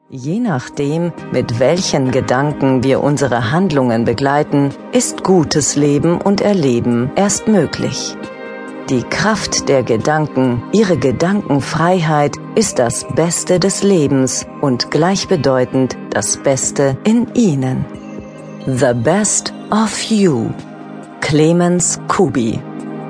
Je nachdem, mit welchen Gedanken wir unsere Handlungen begleiten, ist gutes Leben und Erleben erst möglich. Die Kraft der Gedanken, ihre Gedankenfreiheit ist das Beste des Lebens und gleichbedeutend das Beste in ihnen. The Best of You. Clemens Kubi.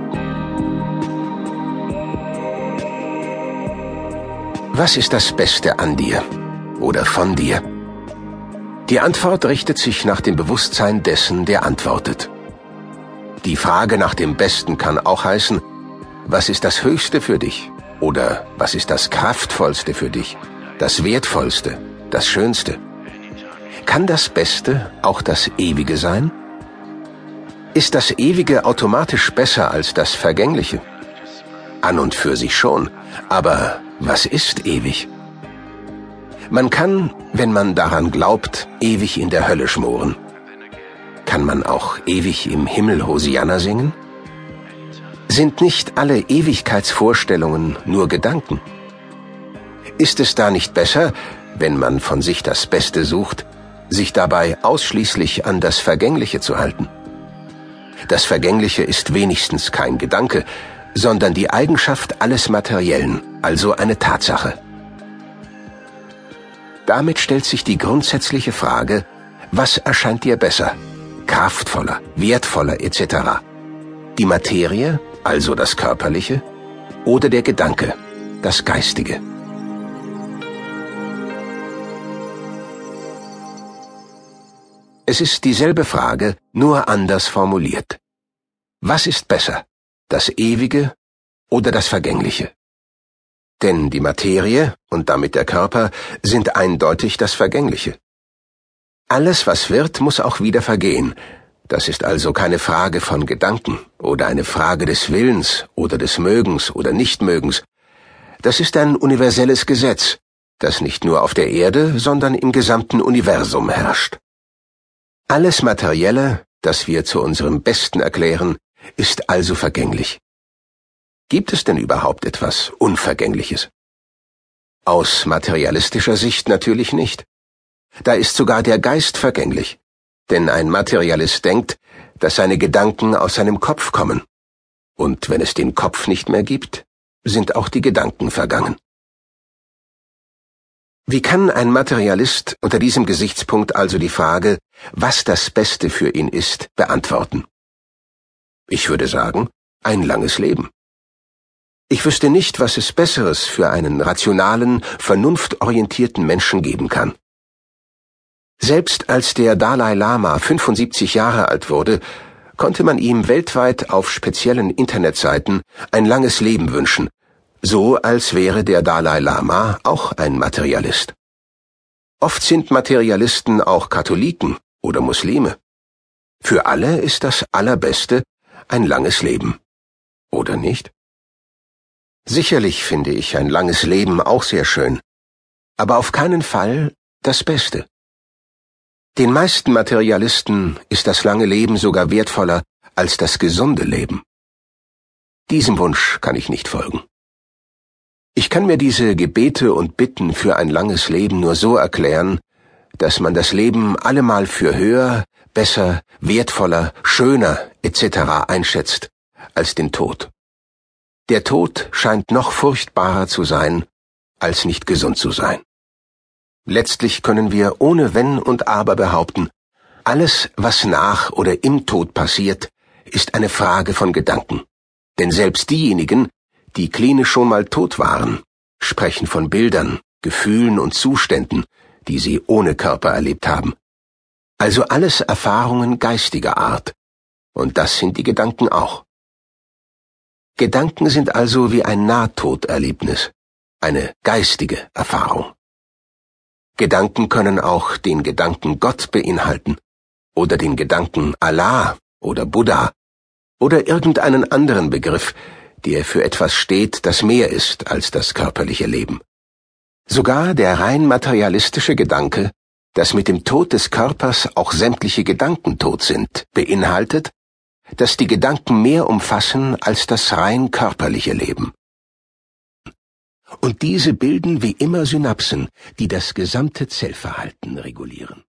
Was ist das Beste an dir oder von dir? Die Antwort richtet sich nach dem Bewusstsein dessen, der antwortet. Die Frage nach dem Besten kann auch heißen, was ist das Höchste für dich? Oder was ist das Kraftvollste für dich? Das Wertvollste, das Schönste? Kann das Beste auch das Ewige sein? Ist das Ewige automatisch besser als das Vergängliche? An und für sich schon, aber was ist ewig? Man kann, wenn man daran glaubt, ewig in der Hölle schmoren. Kann man auch ewig im Himmel Hosianna singen? Sind nicht alle Ewigkeitsvorstellungen nur Gedanken? Ist es da nicht besser, wenn man von sich das Beste sucht, sich dabei ausschließlich an das Vergängliche zu halten? Das Vergängliche ist wenigstens kein Gedanke, sondern die Eigenschaft alles Materiellen, also eine Tatsache. Damit stellt sich die grundsätzliche Frage, was erscheint dir besser, kraftvoller, wertvoller etc.? Die Materie, also das Körperliche, oder der Gedanke, das Geistige? Es ist dieselbe Frage, nur anders formuliert. Was ist besser, das Ewige oder das Vergängliche? Denn die Materie und damit der Körper sind eindeutig das Vergängliche. Alles, was wird, muss auch wieder vergehen. Das ist also keine Frage von Gedanken oder eine Frage des Willens oder des Mögens oder Nichtmögens. Das ist ein universelles Gesetz, das nicht nur auf der Erde, sondern im gesamten Universum herrscht. Alles Materielle, das wir zu unserem Besten erklären, ist also vergänglich. Gibt es denn überhaupt etwas Unvergängliches? Aus materialistischer Sicht natürlich nicht. Da ist sogar der Geist vergänglich, denn ein Materialist denkt, dass seine Gedanken aus seinem Kopf kommen. Und wenn es den Kopf nicht mehr gibt, sind auch die Gedanken vergangen. Wie kann ein Materialist unter diesem Gesichtspunkt also die Frage, was das Beste für ihn ist, beantworten? Ich würde sagen, ein langes Leben. Ich wüsste nicht, was es Besseres für einen rationalen, vernunftorientierten Menschen geben kann. Selbst als der Dalai Lama 75 Jahre alt wurde, konnte man ihm weltweit auf speziellen Internetseiten ein langes Leben wünschen, so als wäre der Dalai Lama auch ein Materialist. Oft sind Materialisten auch Katholiken oder Muslime. Für alle ist das Allerbeste ein langes Leben. Oder nicht? Sicherlich finde ich ein langes Leben auch sehr schön, aber auf keinen Fall das Beste. Den meisten Materialisten ist das lange Leben sogar wertvoller als das gesunde Leben. Diesem Wunsch kann ich nicht folgen. Ich kann mir diese Gebete und Bitten für ein langes Leben nur so erklären, dass man das Leben allemal für höher, besser, wertvoller, schöner etc. einschätzt als den Tod. Der Tod scheint noch furchtbarer zu sein, als nicht gesund zu sein. Letztlich können wir ohne Wenn und Aber behaupten, alles, was nach oder im Tod passiert, ist eine Frage von Gedanken. Denn selbst diejenigen, die klinisch schon mal tot waren, sprechen von Bildern, Gefühlen und Zuständen, die sie ohne Körper erlebt haben. Also alles Erfahrungen geistiger Art. Und das sind die Gedanken auch. Gedanken sind also wie ein Nahtoderlebnis, eine geistige Erfahrung. Gedanken können auch den Gedanken Gott beinhalten oder den Gedanken Allah oder Buddha oder irgendeinen anderen Begriff, der für etwas steht, das mehr ist als das körperliche Leben. Sogar der rein materialistische Gedanke, dass mit dem Tod des Körpers auch sämtliche Gedanken tot sind, beinhaltet, dass die Gedanken mehr umfassen als das rein körperliche Leben. Und diese bilden wie immer Synapsen, die das gesamte Zellverhalten regulieren.